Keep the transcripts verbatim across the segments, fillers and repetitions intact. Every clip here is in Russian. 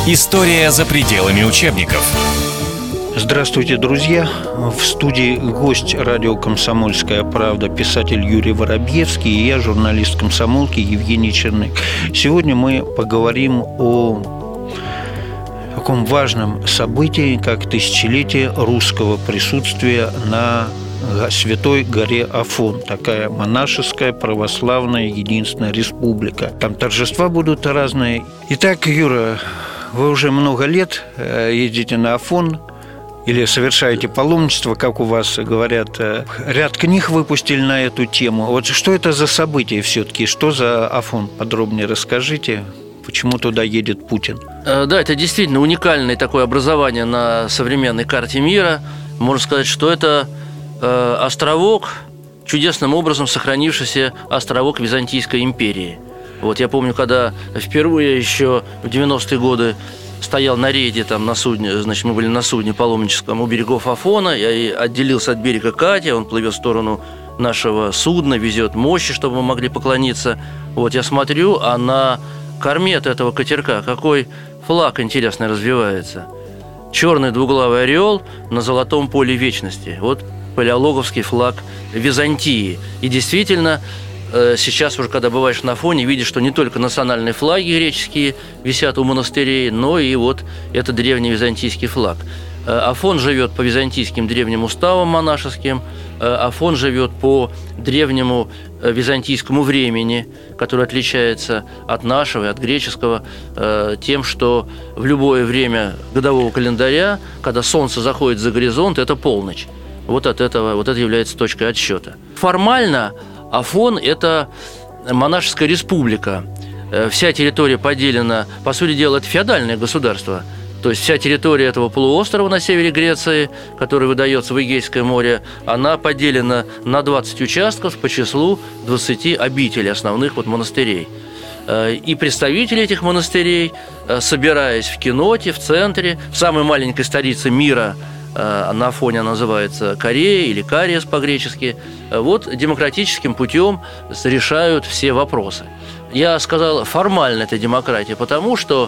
История за пределами учебников. Здравствуйте, друзья! В студии гость радио «Комсомольская правда», писатель Юрий Воробьевский, и я, журналист «Комсомолки» Евгений Черных. Сегодня мы поговорим о таком важном событии, как тысячелетие русского присутствия на Святой горе Афон, такая монашеская, православная, единственная республика. Там торжества будут разные. Итак, Юра, вы уже много лет ездите на Афон или совершаете паломничество, как у вас говорят. Ряд книг выпустили на эту тему. Вот что это за событие все-таки? Что за Афон? Подробнее расскажите. Почему туда едет Путин? Да, это действительно уникальное такое образование на современной карте мира. Можно сказать, что это э, островок, чудесным образом сохранившийся островок Византийской империи. Вот я помню, когда впервые еще в девяностые годы стоял на рейде там на судне, значит, мы были на судне паломническом у берегов Афона, я отделился от берега Катя, он плывет в сторону нашего судна, везет мощи, чтобы мы могли поклониться. Вот я смотрю, а на корме от этого катерка какой флаг интересный развивается. Черный двуглавый орел на золотом поле вечности. Вот палеологовский флаг Византии. И действительно, сейчас уже, когда бываешь на Афоне, видишь, что не только национальные флаги греческие висят у монастырей, но и вот это древний византийский флаг. Афон живет по византийским древним уставам монашеским, Афон живет по древнему византийскому времени, которое отличается от нашего и от греческого тем, что в любое время годового календаря, когда солнце заходит за горизонт, это полночь. Вот от этого, вот это является точкой отсчета. Формально Афон – это монашеская республика. Вся территория поделена, по сути дела, это феодальное государство. То есть вся территория этого полуострова на севере Греции, который выдается в Эгейское море, она поделена на двадцать участков по числу двадцати обителей, основных вот монастырей. И представители этих монастырей, собираясь в Кеноте, в центре, в самой маленькой столице мира, на Афоне она называется Корея или Кариес по-гречески, вот демократическим путем решают все вопросы. Я сказал, формально это демократия, потому что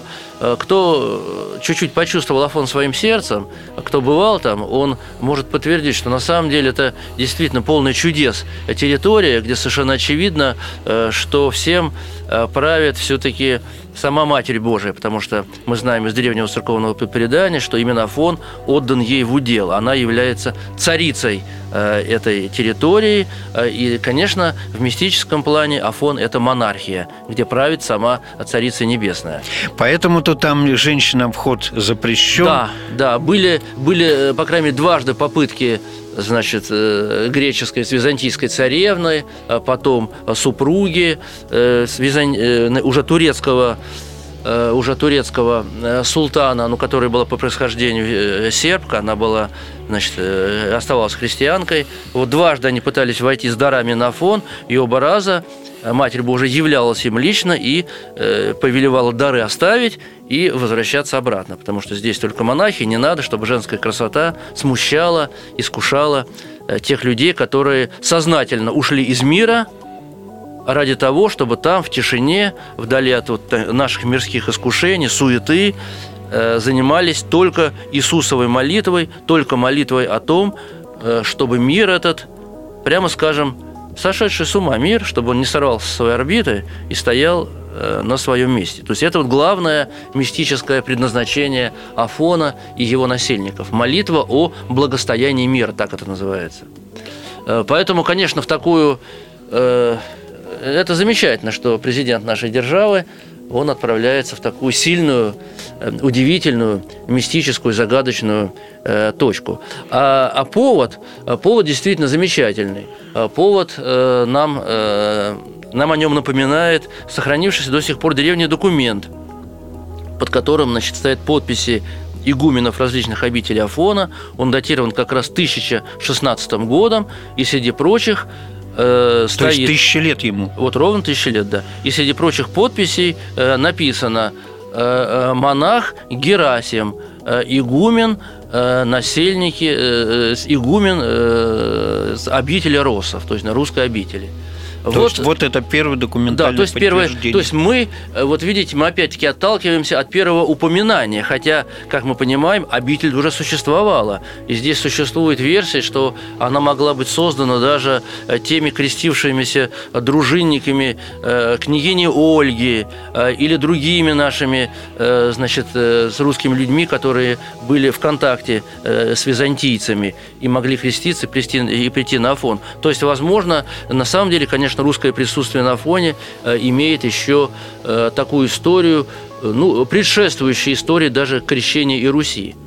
кто чуть-чуть почувствовал Афон своим сердцем, кто бывал там, он может подтвердить, что на самом деле это действительно полный чудес территория, где совершенно очевидно, что всем правит все-таки сама Матерь Божия, потому что мы знаем из древнего церковного предания, что именно Афон отдан ей в удел. Она является царицей э, этой территории. Э, и, конечно, в мистическом плане Афон – это монархия, где правит сама Царица Небесная. Поэтому-то там женщинам вход запрещен? Да, да. Были, были, по крайней мере, дважды попытки, значит, греческой с византийской царевной, потом супруги с визан... уже турецкого, уже турецкого султана, ну, которая была по происхождению сербка, она была, значит, оставалась христианкой. Вот дважды они пытались войти с дарами на Афон, и оба раза Матерь Божия являлась им лично и э, повелевала дары оставить и возвращаться обратно, потому что здесь только монахи, не надо, чтобы женская красота смущала, искушала э, тех людей, которые сознательно ушли из мира ради того, чтобы там в тишине, вдали от вот наших мирских искушений, суеты, э, занимались только Иисусовой молитвой, только молитвой о том, э, чтобы мир этот, прямо скажем, сошедший с ума мир, чтобы он не сорвался со своей орбиты и стоял э, на своем месте. То есть это вот главное мистическое предназначение Афона и его насельников. Молитва о благостоянии мира, так это называется. Э, поэтому, конечно, в такую... Э, это замечательно, что президент нашей державы, он отправляется в такую сильную, удивительную, мистическую, загадочную э, точку. А, а повод, повод действительно замечательный. Повод э, нам, э, нам о нем напоминает сохранившийся до сих пор древний документ, под которым, значит, стоят подписи игуменов различных обителей Афона. Он датирован как раз тысяча шестнадцатым годом, и среди прочих Э, стоит, то есть тысяча лет ему. Вот ровно тысяча лет, да. И среди прочих подписей э, написано э, монах Герасим, э, игумен, э, насельники, э, игумен э, с обители Россов, то есть на русской обители. То вот, есть вот это первый документальный да, то есть подтверждение. Первое, то есть мы, вот видите, мы опять-таки отталкиваемся от первого упоминания, хотя, как мы понимаем, обитель уже существовала. И здесь существует версия, что она могла быть создана даже теми крестившимися дружинниками княгини Ольги или другими нашими, значит, с русскими людьми, которые были в контакте с византийцами и могли креститься и прийти на Афон. То есть, возможно, на самом деле, конечно, русское присутствие на Афоне имеет еще такую историю, ну, предшествующую истории даже крещения и Руси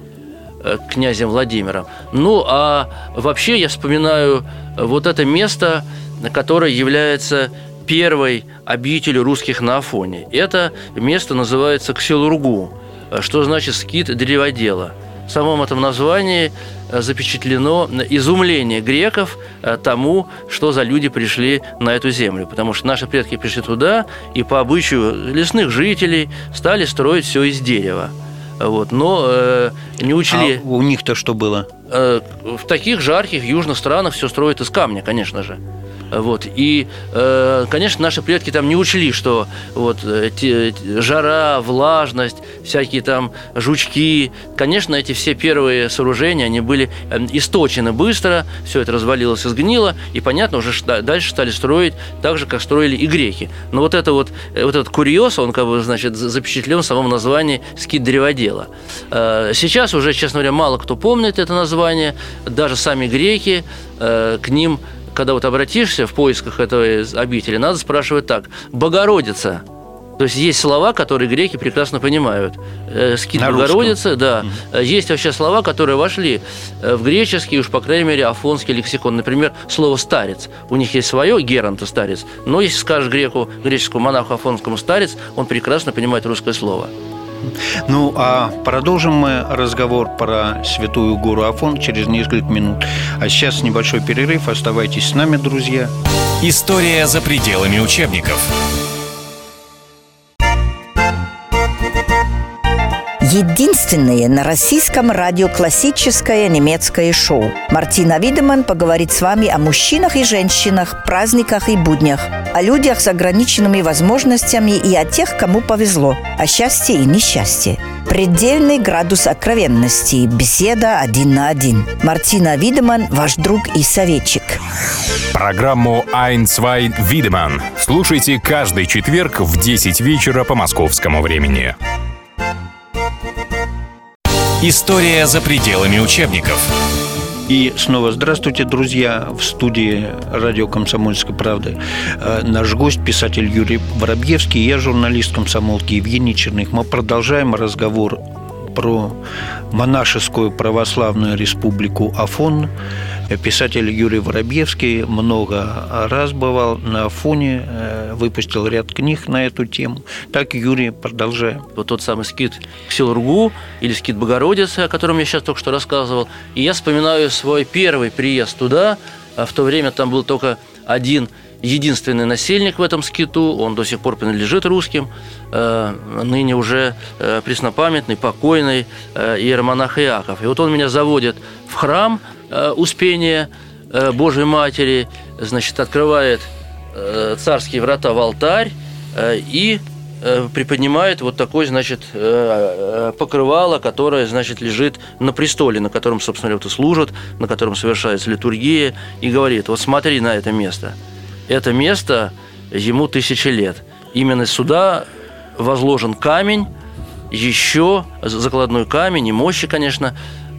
князем Владимиром. Ну, а вообще я вспоминаю вот это место, которое является первой обителью русских на Афоне. Это место называется Ксилургу, что значит «скит древодела». В самом этом названии запечатлено изумление греков тому, что за люди пришли на эту землю. Потому что наши предки пришли туда и по обычаю лесных жителей стали строить все из дерева. Вот. Но э, не учли... А у них-то что было? Э, в таких жарких южных странах все строят из камня, конечно же. Вот. И, э, конечно, наши предки там не учли, что вот, те, жара, влажность, всякие там жучки. Конечно, эти все первые сооружения, они были источены быстро, все это развалилось и сгнило, и, понятно, уже дальше стали строить так же, как строили и греки. Но вот, это вот, вот этот курьез, он как бы, значит, запечатлен в самом названии «скит древодела». Сейчас уже, честно говоря, мало кто помнит это название, даже сами греки, к ним... Когда вот обратишься в поисках этой обители, надо спрашивать так: «Богородица». То есть есть слова, которые греки прекрасно понимают. «Скит Богородицы», да. Mm-hmm. Есть вообще слова, которые вошли в греческий, уж по крайней мере, афонский лексикон. Например, слово «старец». У них есть свое «геронто» – старец. Но если скажешь греку, греческому монаху афонскому «старец», он прекрасно понимает русское слово. Ну, а продолжим мы разговор про Святую гору Афон через несколько минут. А сейчас небольшой перерыв. Оставайтесь с нами, друзья. История за пределами учебников. Единственное на российском радио классическое немецкое шоу. Мартина Видеман поговорит с вами о мужчинах и женщинах, праздниках и буднях, о людях с ограниченными возможностями и о тех, кому повезло, о счастье и несчастье. Предельный градус откровенности. Беседа один на один. Мартина Видеман, ваш друг и советчик. Программу «Ein, zwei, Видеман» слушайте каждый четверг в десять вечера по московскому времени. История за пределами учебников. И снова здравствуйте, друзья. В студии радио «Комсомольской правды» наш гость, писатель Юрий Воробьевский, я журналист «Комсомолки» Евгений Черных. Мы продолжаем разговор про монашескую православную республику Афон. Писатель Юрий Воробьевский много раз бывал на Афоне, выпустил ряд книг на эту тему. Так, Юрий, продолжаем. Вот тот самый скит Ксилургу или скит Богородицы, о котором я сейчас только что рассказывал. И я вспоминаю свой первый приезд туда. В то время там был только один единственный насельник в этом скиту. Он до сих пор принадлежит русским. Ныне уже преснопамятный, покойный иеромонах Иаков. И вот он меня заводит в храм Успения Божьей Матери, значит, открывает царские врата в алтарь и приподнимает вот такое, значит, покрывало, которое, значит, лежит на престоле, на котором, собственно говоря, вот и служат, на котором совершается литургия, и говорит: вот смотри на это место. Это место, ему тысячи лет. Именно сюда возложен камень, еще закладной камень и мощи, конечно,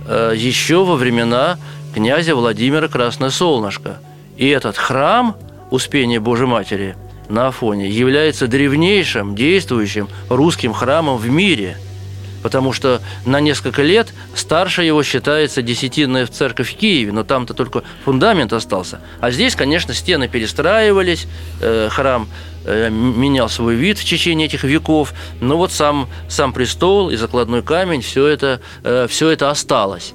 еще во времена князя Владимира Красное Солнышко. И этот храм Успения Божьей Матери на Афоне является древнейшим действующим русским храмом в мире, потому что на несколько лет старше его считается десятинная церковь в Киеве, но там-то только фундамент остался. А здесь, конечно, стены перестраивались, храм менял свой вид в течение этих веков, но вот сам, сам престол и закладной камень, все это, все это осталось.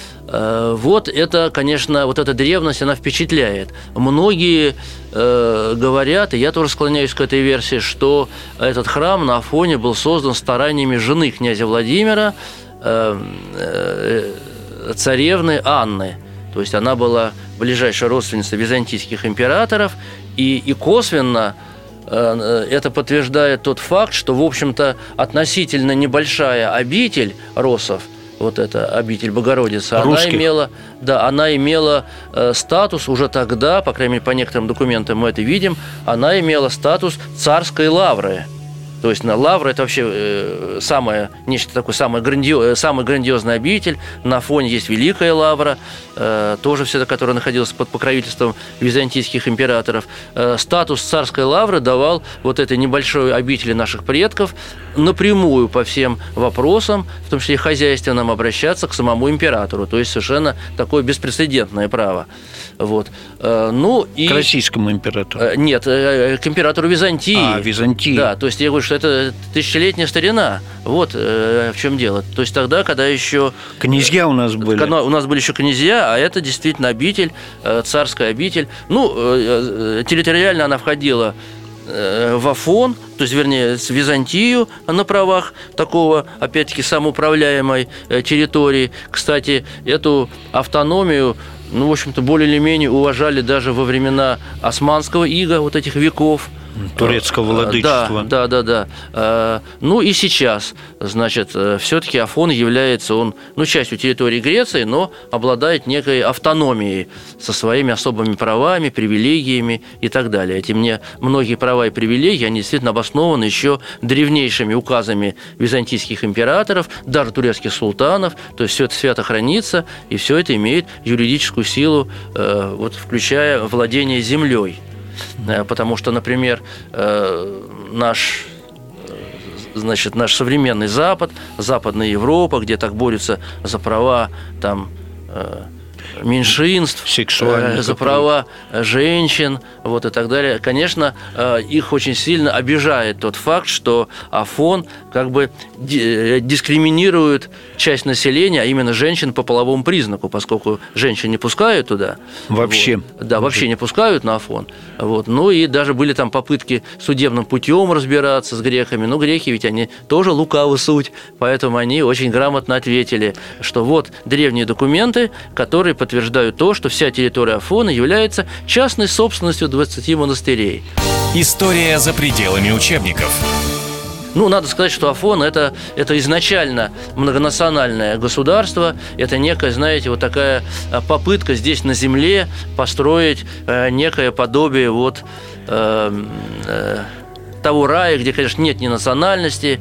Вот это, конечно, вот эта древность, она впечатляет. Многие э, говорят, и я тоже склоняюсь к этой версии, что этот храм на Афоне был создан стараниями жены князя Владимира, э, э, царевны Анны. То есть она была ближайшая родственница византийских императоров, И, и косвенно это подтверждает тот факт, что, в общем-то, относительно небольшая обитель россов, вот эта обитель Богородицы, она имела, да, она имела э, статус уже тогда, по крайней мере, по некоторым документам мы это видим, она имела статус царской лавры. То есть на лавра – это вообще э, самое, нечто такое, самое грандио, самый грандиозный обитель. На фоне есть Великая Лавра, э, тоже вся, которая находилась под покровительством византийских императоров. Э, статус царской лавры давал вот этой небольшой обители наших предков напрямую по всем вопросам, в том числе и хозяйственным, обращаться к самому императору. То есть совершенно такое беспрецедентное право. Вот. Э, ну, и... К российскому императору? Э, нет, э, к императору Византии. А, Византии. Да, то есть я говорю, что это тысячелетняя старина. Вот э, в чем дело. То есть тогда, когда еще... Князья у нас были. Когда у нас были еще князья, а это действительно обитель, э, царская обитель. Ну, э, э, территориально она входила э, в Афон, то есть, вернее, в Византию на правах такого, опять-таки, самоуправляемой э, территории. Кстати, эту автономию, ну, в общем-то, более или менее уважали даже во времена османского ига, вот этих веков. Турецкого владычества. Да, да, да, да. Ну и сейчас, значит, все-таки Афон является, он, ну, частью территории Греции, но обладает некой автономией со своими особыми правами, привилегиями и так далее. Эти мне многие права и привилегии, они действительно обоснованы еще древнейшими указами византийских императоров, даже турецких султанов. То есть все это свято хранится, и все это имеет юридическую силу, вот, включая владение землей. Потому что, например, наш, значит, наш современный Запад, Западная Европа, где так борются за права там, меньшинств, за права женщин, вот, и так далее. Конечно, их очень сильно обижает тот факт, что Афон как бы дискриминирует часть населения, а именно женщин по половому признаку, поскольку женщин не пускают туда. Вообще. Вот. Да, вообще не пускают на Афон. Вот. Ну и даже были там попытки судебным путем разбираться с греками. Но греки ведь они тоже лукавы суть, поэтому они очень грамотно ответили, что вот древние документы, которые подтверждают то, что вся территория Афона является частной собственностью двадцати монастырей. История за пределами учебников. Ну, надо сказать, что Афон это, – это изначально многонациональное государство, это некая, знаете, вот такая попытка здесь на земле построить э, некое подобие вот, э, э, того рая, где, конечно, нет ни национальности,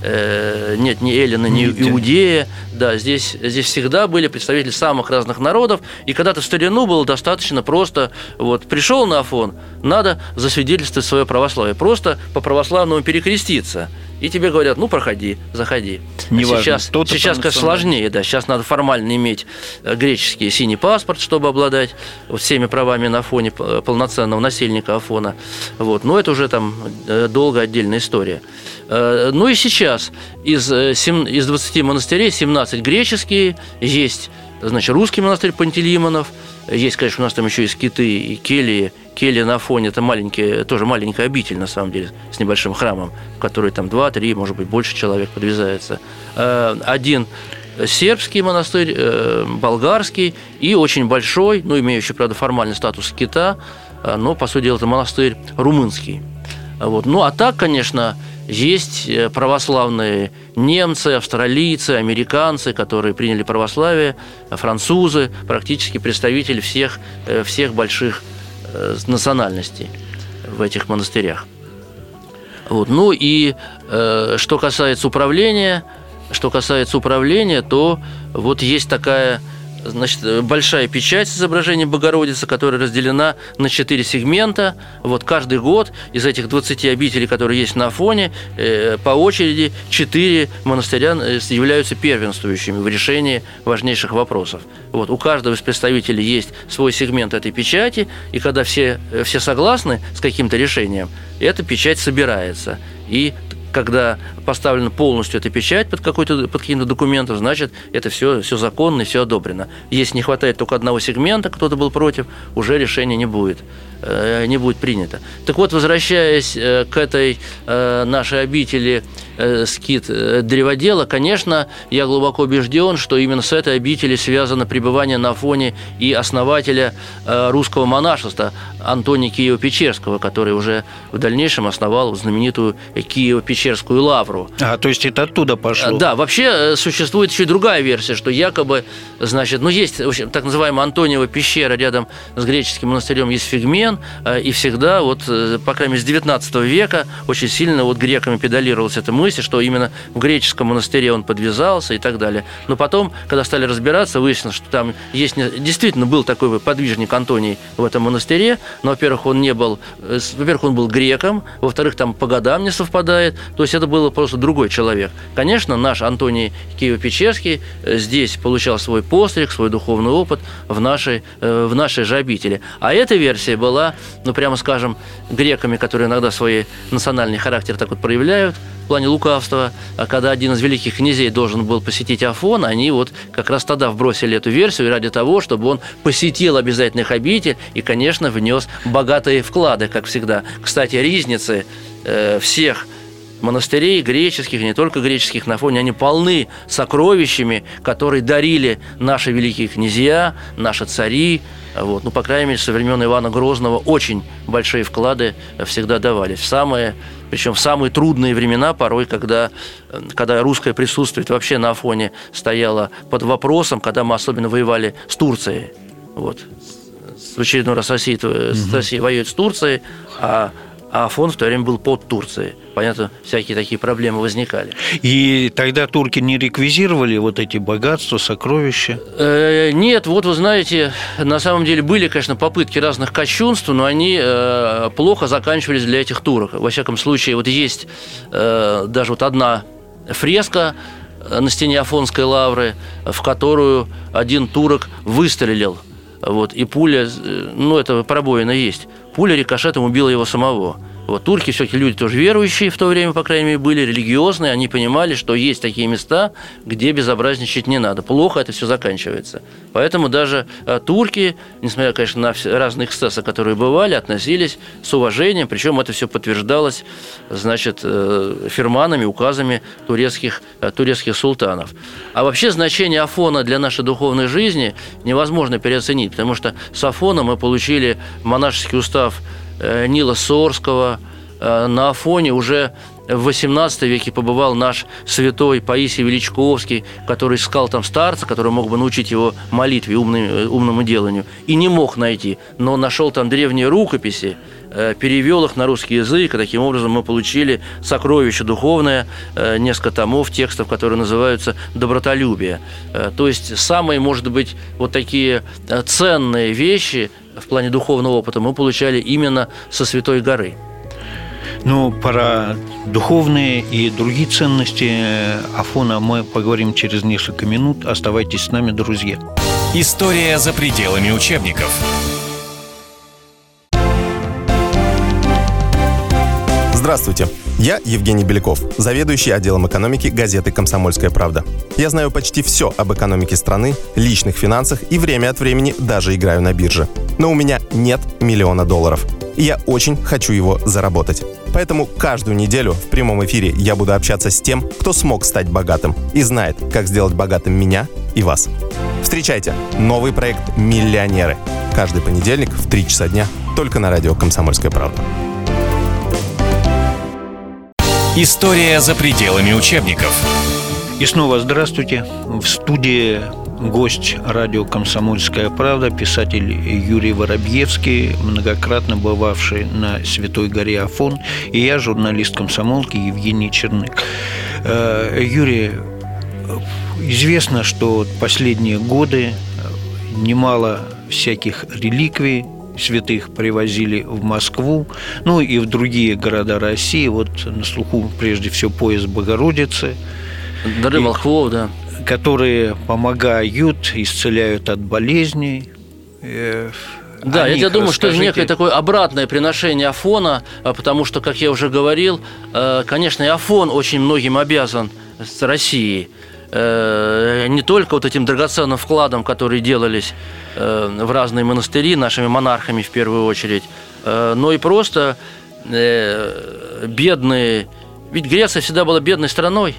э, нет ни эллина, ни иудея. Да, здесь, здесь всегда были представители самых разных народов, и когда-то в старину было достаточно просто, вот, пришел на Афон, надо засвидетельствовать свое православие, просто по православному перекреститься. И тебе говорят, ну, проходи, заходи. Неважно, сейчас, сейчас конечно, сложнее, да, сейчас надо формально иметь греческий синий паспорт, чтобы обладать вот всеми правами на Афоне полноценного насельника Афона. Вот. Но это уже там долгая отдельная история. Ну и сейчас из, из двадцати монастырей семнадцать греческие, есть, значит, русский монастырь Пантелеймонов, есть, конечно, у нас там еще и скиты, и кельи. Келья на Афоне – это маленький, тоже маленькая обитель, на самом деле, с небольшим храмом, в который там два-три, может быть, больше человек подвязается. Один сербский монастырь, болгарский и очень большой, ну, имеющий, правда, формальный статус скита, но, по сути дела, это монастырь румынский. Вот. Ну, а так, конечно, есть православные немцы, австралийцы, американцы, которые приняли православие, французы, практически представители всех, всех больших национальностей в этих монастырях. Вот. Ну и э, что касается управления, что касается управления, то вот есть такая, значит, большая печать с изображением Богородицы, которая разделена на четыре сегмента. Вот каждый год из этих двадцати обителей, которые есть на Афоне, по очереди четыре монастыря являются первенствующими в решении важнейших вопросов. Вот у каждого из представителей есть свой сегмент этой печати, и когда все, все согласны с каким-то решением, эта печать собирается. И когда поставлена полностью эта печать под, какой-то, под каким-то документом, значит, это все, все законно и все одобрено. Если не хватает только одного сегмента, кто-то был против, уже решения не будет не будет принято. Так вот, возвращаясь к этой нашей обители скит древодела, конечно, я глубоко убежден, что именно с этой обители связано пребывание на Афоне и основателя русского монашества Антония Киево-Печерского, который уже в дальнейшем основал знаменитую Киево-Печерскую лавру. А, то есть это оттуда пошло? Да, вообще существует еще и другая версия, что якобы, значит, ну, есть, в общем, так называемая Антониева пещера рядом с греческим монастырем, есть фигмен, и всегда, вот, по крайней мере, с девятнадцатого века очень сильно вот греками педалировалась эта мысль, что именно в греческом монастыре он подвязался и так далее. Но потом, когда стали разбираться, выяснилось, что там есть, действительно был такой подвижник Антоний в этом монастыре, но, во-первых, он не был, во-первых, он был греком, во-вторых, там по годам не совпадает, то есть это был просто другой человек. Конечно, наш Антоний Киево-Печерский здесь получал свой постриг, свой духовный опыт в нашей, в нашей же обители. А эта версия была, ну, прямо скажем, греками, которые иногда свой национальный характер так вот проявляют, в плане лукавства, а когда один из великих князей должен был посетить Афон, они вот как раз тогда вбросили эту версию ради того, чтобы он посетил обязательно их обитель и, конечно, внес богатые вклады, как всегда. Кстати, ризницы э, всех монастырей греческих, не только греческих, на Афоне, они полны сокровищами, которые дарили наши великие князья, наши цари. Вот. Ну, по крайней мере, со времен Ивана Грозного очень большие вклады всегда давались. В самые, причем в самые трудные времена, порой, когда, когда русское присутствие вообще на Афоне стояло под вопросом, когда мы особенно воевали с Турцией. Вот. В очередной раз Россия, mm-hmm. Россия воюет с Турцией, а А Афон в то время был под Турцией. Понятно, всякие такие проблемы возникали. И тогда турки не реквизировали вот эти богатства, сокровища? Э, нет, вот вы знаете, на самом деле были, конечно, попытки разных кощунств, но они э, плохо заканчивались для этих турок. Во всяком случае, вот есть э, даже вот одна фреска на стене Афонской лавры, в которую один турок выстрелил. Вот, и пуля, ну, это пробоина есть. Пуля рикошетом убила его самого. Вот, турки все-таки люди тоже верующие в то время, по крайней мере, были религиозные. Они понимали, что есть такие места, где безобразничать не надо. Плохо это все заканчивается. Поэтому даже а, турки, несмотря, конечно, на все разные эксцессы, которые бывали, относились с уважением. Причем это все подтверждалось, значит, э, фирманами, указами турецких, э, турецких султанов. А вообще значение Афона для нашей духовной жизни невозможно переоценить, потому что с Афона мы получили монашеский устав Нила Сорского. На Афоне уже в восемнадцатом веке побывал наш святой Паисий Величковский, который искал там старца, который мог бы научить его молитве, умному, умному деланию, и не мог найти, но нашел там древние рукописи, перевел их на русский язык, и таким образом мы получили сокровище духовное, несколько томов, текстов, которые называются «Добротолюбие». То есть самые, может быть, вот такие ценные вещи в плане духовного опыта мы получали именно со Святой горы. Ну, про духовные и другие ценности Афона мы поговорим через несколько минут. Оставайтесь с нами, друзья. История за пределами учебников. Здравствуйте, я Евгений Беляков, заведующий отделом экономики газеты «Комсомольская правда». Я знаю почти все об экономике страны, личных финансах и время от времени даже играю на бирже. Но у меня нет миллиона долларов, и я очень хочу его заработать. Поэтому каждую неделю в прямом эфире я буду общаться с тем, кто смог стать богатым и знает, как сделать богатым меня и вас. Встречайте новый проект «Миллионеры». Каждый понедельник в три часа дня только на радио «Комсомольская правда». История за пределами учебников. И снова здравствуйте. В студии гость радио «Комсомольская правда», писатель Юрий Воробьевский, многократно бывавший на Святой горе Афон, и я, журналист «Комсомолки» Евгений Чернык. Юрий, известно, что последние годы немало всяких реликвий святых привозили в Москву, ну и в другие города России. Вот на слуху прежде всего пояс Богородицы. Дары волхвов, да. Которые помогают, исцеляют от болезней. Да, я, я думаю, что это некое такое обратное приношение Афона, потому что, как я уже говорил, конечно, и Афон очень многим обязан с Россией. Не только вот этим драгоценным вкладом, которые делались в разные монастыри нашими монархами в первую очередь, но и просто бедные. Ведь Греция всегда была бедной страной.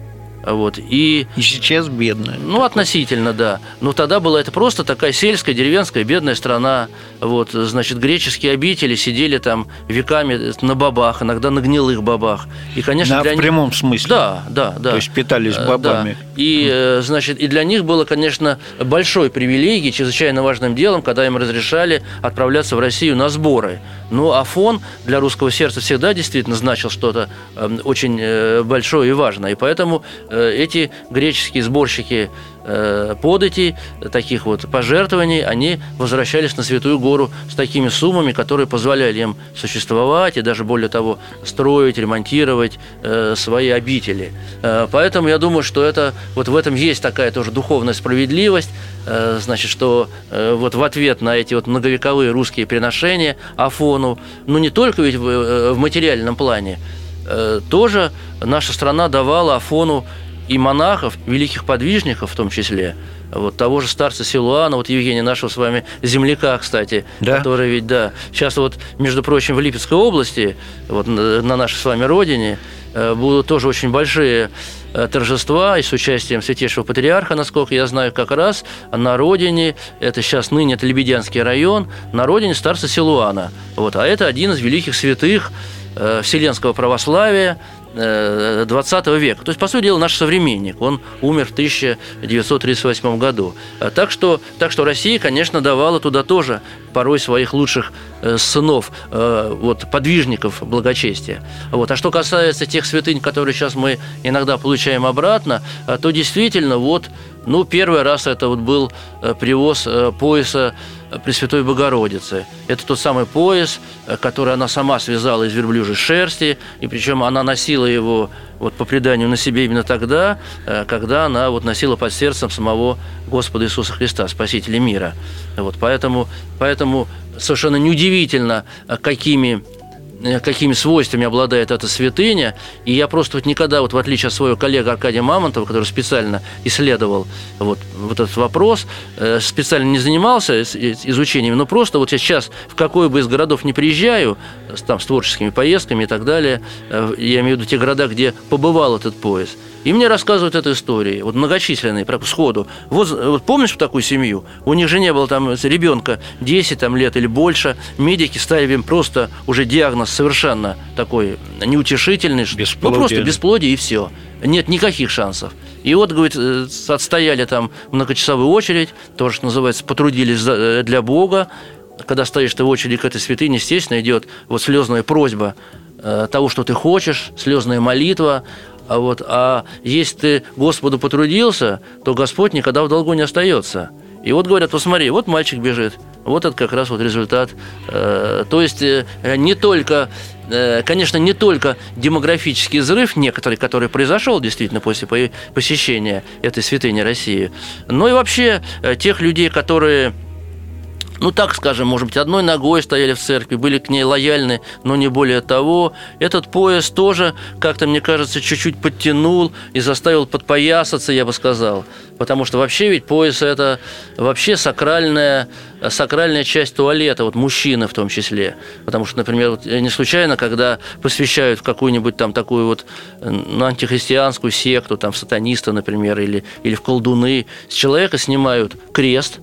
Вот, и, и сейчас бедная. Ну, такой. Относительно, да. Но тогда была это просто такая сельская, деревенская, бедная страна. Вот, значит, греческие обители сидели там веками на бобах, иногда на гнилых бобах. И, конечно, на, для в них... прямом смысле. Да, да, да. То есть питались бобами. Да. И, значит, и для них было, конечно, большой привилегией, чрезвычайно важным делом, когда им разрешали отправляться в Россию на сборы. Ну, Афон для русского сердца всегда действительно значил что-то очень большое и важное. И поэтому эти греческие сборщики податей, таких вот пожертвований, они возвращались на Святую Гору с такими суммами, которые позволяли им существовать и даже, более того, строить, ремонтировать свои обители. Поэтому я думаю, что это, вот в этом есть такая тоже духовная справедливость, значит, что вот в ответ на эти вот многовековые русские приношения Афону, ну не только ведь в материальном плане, тоже наша страна давала Афону и монахов, великих подвижников в том числе, вот того же старца Силуана, вот Евгения, нашего с вами земляка, кстати, да? Который ведь, да, сейчас вот, между прочим, в Липецкой области, вот на нашей с вами родине, будут тоже очень большие торжества и с участием Святейшего Патриарха, насколько я знаю, как раз на родине, это сейчас ныне это Лебедянский район, на родине старца Силуана. Вот, а это один из великих святых вселенского православия двадцатого века. То есть, по сути дела, наш современник. Он умер в тысяча девятьсот тридцать восьмом году. Так что, так что Россия, конечно, давала туда тоже порой своих лучших сынов, вот, подвижников благочестия. Вот. А что касается тех святынь, которые сейчас мы иногда получаем обратно, то действительно, вот, ну, первый раз это вот был привоз пояса Пресвятой Богородицы. Это тот самый пояс, который она сама связала из верблюжьей шерсти, и причем она носила его, вот, по преданию, на себе именно тогда, когда она вот носила под сердцем самого Господа Иисуса Христа, Спасителя мира. Вот, поэтому, поэтому совершенно неудивительно, какими какими свойствами обладает эта святыня. И я просто вот никогда, вот в отличие от своего коллеги Аркадия Мамонтова, который специально исследовал вот, вот этот вопрос, специально не занимался изучением, но просто вот я сейчас в какой бы из городов не приезжаю, там, с творческими поездками и так далее, я имею в виду те города, где побывал этот пояс, и мне рассказывают эту историю, вот многочисленные, сходу. Вот, вот помнишь такую семью? У них же не было там ребенка десять там, лет или больше. Медики ставили им просто уже диагноз совершенно такой неутешительный. Бесплодие. Ну, просто бесплодие и все. Нет никаких шансов. И вот, говорит, отстояли там многочасовую очередь, тоже, что называется, потрудились для Бога. Когда стоишь ты в очереди к этой святыне, естественно, идет вот слезная просьба того, что ты хочешь, слезная молитва. А, вот, а если ты Господу потрудился, то Господь никогда в долгу не остается. И вот говорят, посмотри, вот мальчик бежит. Вот это как раз вот результат. То есть не только, конечно, не только демографический взрыв некоторый, который произошел действительно после посещения этой святыни России, но и вообще тех людей, которые... ну, так скажем, может быть, одной ногой стояли в церкви, были к ней лояльны, но не более того. Этот пояс тоже, как-то, мне кажется, чуть-чуть подтянул и заставил подпоясаться, я бы сказал. Потому что вообще ведь пояс – это вообще сакральная, сакральная часть туалета, вот мужчины в том числе. Потому что, например, вот не случайно, когда посвящают в какую-нибудь там такую вот ну, антихристианскую секту, там, в сатаниста, например, или, или в колдуны, с человека снимают крест,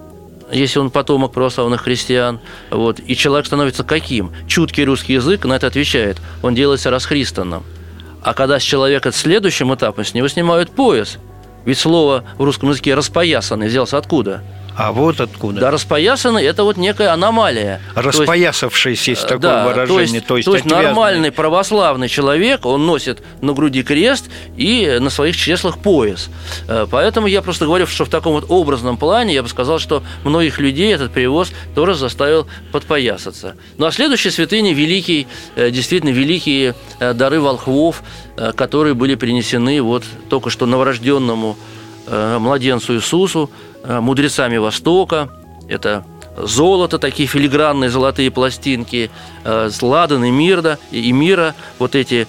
если он потомок православных христиан, вот, и человек становится каким? Чуткий русский язык на это отвечает. Он делается расхристанным. А когда с человека следующим этапом с него снимают пояс, ведь слово в русском языке «распоясанный» взялся откуда? А вот откуда? Да, распоясанный – это вот некая аномалия. Распоясавшийся, есть такое да, выражение. То есть, то есть, то есть нормальный православный человек, он носит на груди крест и на своих чреслах пояс. Поэтому я просто говорю, что в таком вот образном плане я бы сказал, что многих людей этот привоз тоже заставил подпоясаться. Ну а следующие святыни – великие, действительно великие дары волхвов, которые были принесены вот только что новорожденному младенцу Иисусу, мудрецами Востока. Это золото, такие филигранные золотые пластинки, ладан и мирра, и мира, вот эти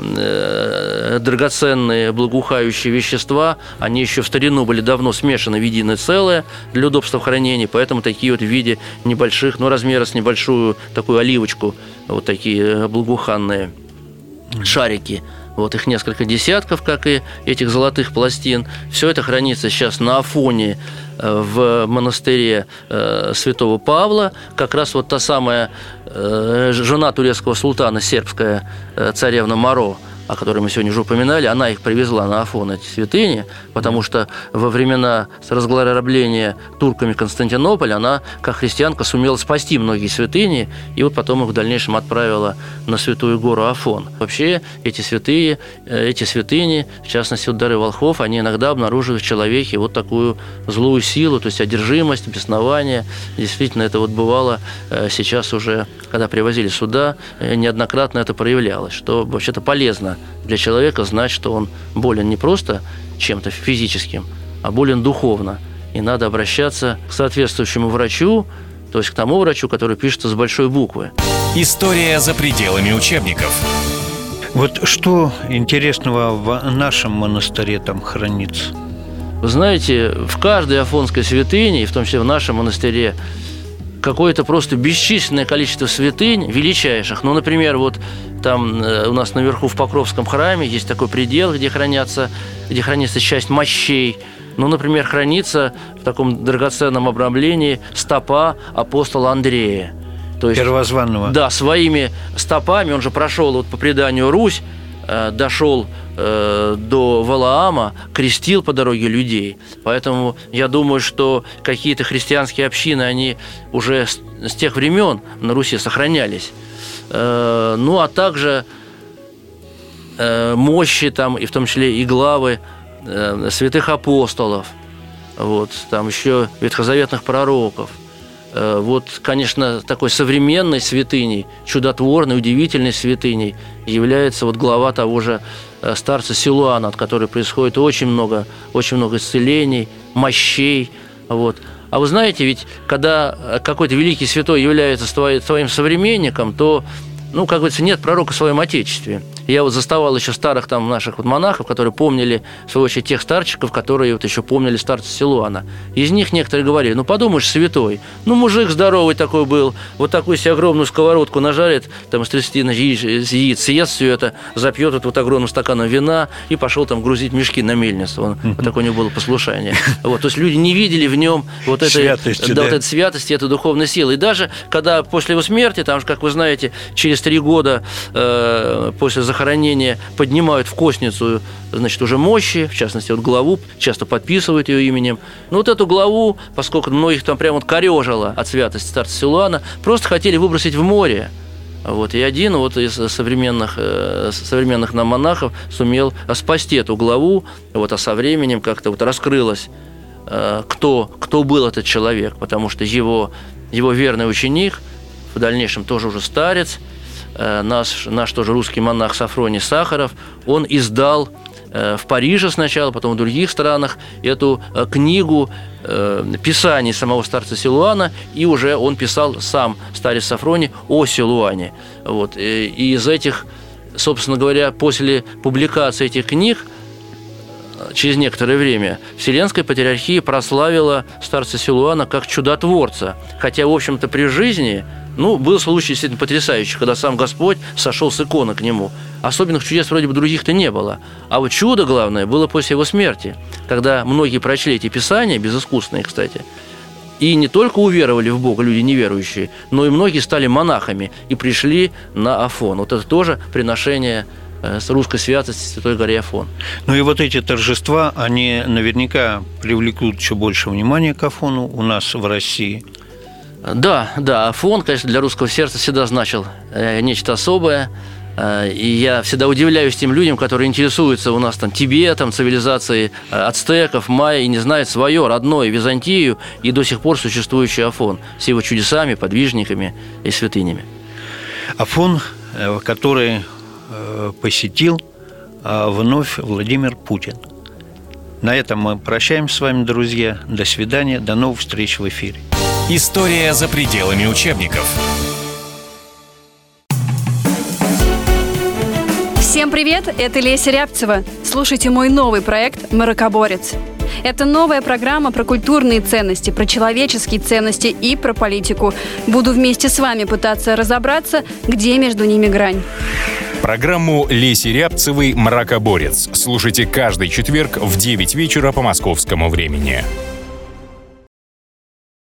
э, драгоценные благоухающие вещества, они еще в старину были давно смешаны в единое целое для удобства хранения, поэтому такие вот в виде небольших, ну, размера с небольшую такую оливочку, вот такие благоуханные шарики. Вот их несколько десятков, как и этих золотых пластин. Все это хранится сейчас на Афоне в монастыре Святого Павла. Как раз вот та самая жена турецкого султана, сербская царевна Маро, о которой мы сегодня уже упоминали, она их привезла на Афон, эти святыни, потому что во времена разграбления турками Константинополя она, как христианка, сумела спасти многие святыни, и вот потом их в дальнейшем отправила на Святую гору Афон. Вообще эти святые, эти святыни, в частности, вот дары волхвов, они иногда обнаруживают в человеке вот такую злую силу, то есть одержимость, беснование. Действительно, это вот бывало сейчас уже, когда привозили сюда, неоднократно это проявлялось, что вообще-то полезно для человека знать, что он болен не просто чем-то физическим, а болен духовно. И надо обращаться к соответствующему врачу, то есть к тому врачу, который пишется с большой буквы. История за пределами учебников. Вот что интересного в нашем монастыре там хранится? Вы знаете, в каждой афонской святыне, и в том числе в нашем монастыре, какое-то просто бесчисленное количество святынь величайших. Ну, например, вот там у нас наверху в Покровском храме есть такой предел, где хранятся, где хранится часть мощей. Ну, например, хранится в таком драгоценном обрамлении стопа апостола Андрея. То есть, первозванного. Да, своими стопами, он же прошел вот по преданию Русь, э, дошел э, до Валаама, крестил по дороге людей. Поэтому я думаю, что какие-то христианские общины, они уже с, с тех времен на Руси сохранялись. Э, ну, а также э, мощи там, и в том числе и главы э, святых апостолов, вот, там еще ветхозаветных пророков. Вот, конечно, такой современной святыней, чудотворной, удивительной святыней является вот глава того же старца Силуана, от которой происходит очень много, очень много исцелений, мощей. Вот. А вы знаете, ведь когда какой-то великий святой является своим современником, то, ну, как говорится, нет пророка в своем отечестве. Я вот заставал еще старых там наших вот монахов, которые помнили, в свою очередь, тех старчиков, которые вот еще помнили старца Силуана. Из них некоторые говорили: ну, подумаешь, святой, ну, мужик здоровый такой был, вот такую себе огромную сковородку нажарит, там, из тридцати яиц, яиц съест все это, запьет вот, вот огромным стаканом вина и пошел там грузить мешки на мельницу. Он, mm-hmm. Вот такое у него было послушание. Вот, то есть люди не видели в нем вот этой святости, да, да. Вот этой святости, этой духовной силы. И даже когда после его смерти, там, как вы знаете, через три года э, после захоронения поднимают в костницу, значит, уже мощи, в частности, вот главу, часто подписывают ее именем. Но вот эту главу, поскольку многих там прямо вот корежило от святости старца Силуана, просто хотели выбросить в море. Вот, и один вот из современных, э, современных нам монахов сумел спасти эту главу, вот, а со временем как-то вот раскрылось, э, кто, кто был этот человек, потому что его, его верный ученик, в дальнейшем тоже уже старец, Наш, наш тоже русский монах Сафроний Сахаров, он издал в Париже сначала, потом в других странах эту книгу писаний самого старца Силуана, и уже он писал сам, старец Сафроний, о Силуане. Вот. И из этих, собственно говоря, после публикации этих книг, через некоторое время Вселенская Патриархия прославила старца Силуана как чудотворца, хотя, в общем-то, при жизни, ну, был случай действительно потрясающий, когда сам Господь сошел с иконы к нему. Особенных чудес вроде бы других-то не было. А вот чудо главное было после его смерти, когда многие прочли эти писания, безыскусные, кстати, и не только уверовали в Бога, люди неверующие, но и многие стали монахами и пришли на Афон. Вот это тоже приношение с русской святости Святой горе Афон. Ну и вот эти торжества, они наверняка привлекут еще больше внимания к Афону у нас в России. Да, да, Афон, конечно, для русского сердца всегда значил нечто особое. И я всегда удивляюсь тем людям, которые интересуются у нас там Тибетом, цивилизацией ацтеков, майя, и не знают свое, родное, Византию, и до сих пор существующий Афон с его чудесами, подвижниками и святынями. Афон, который посетил вновь Владимир Путин. На этом мы прощаемся с вами, друзья. До свидания, до новых встреч в эфире. История за пределами учебников. Всем привет, это Леся Рябцева. Слушайте мой новый проект «Маракоборец». Это новая программа про культурные ценности, про человеческие ценности и про политику. Буду вместе с вами пытаться разобраться, где между ними грань. Программу Леси Рябцевой «Маракоборец» слушайте каждый четверг в девять вечера по московскому времени.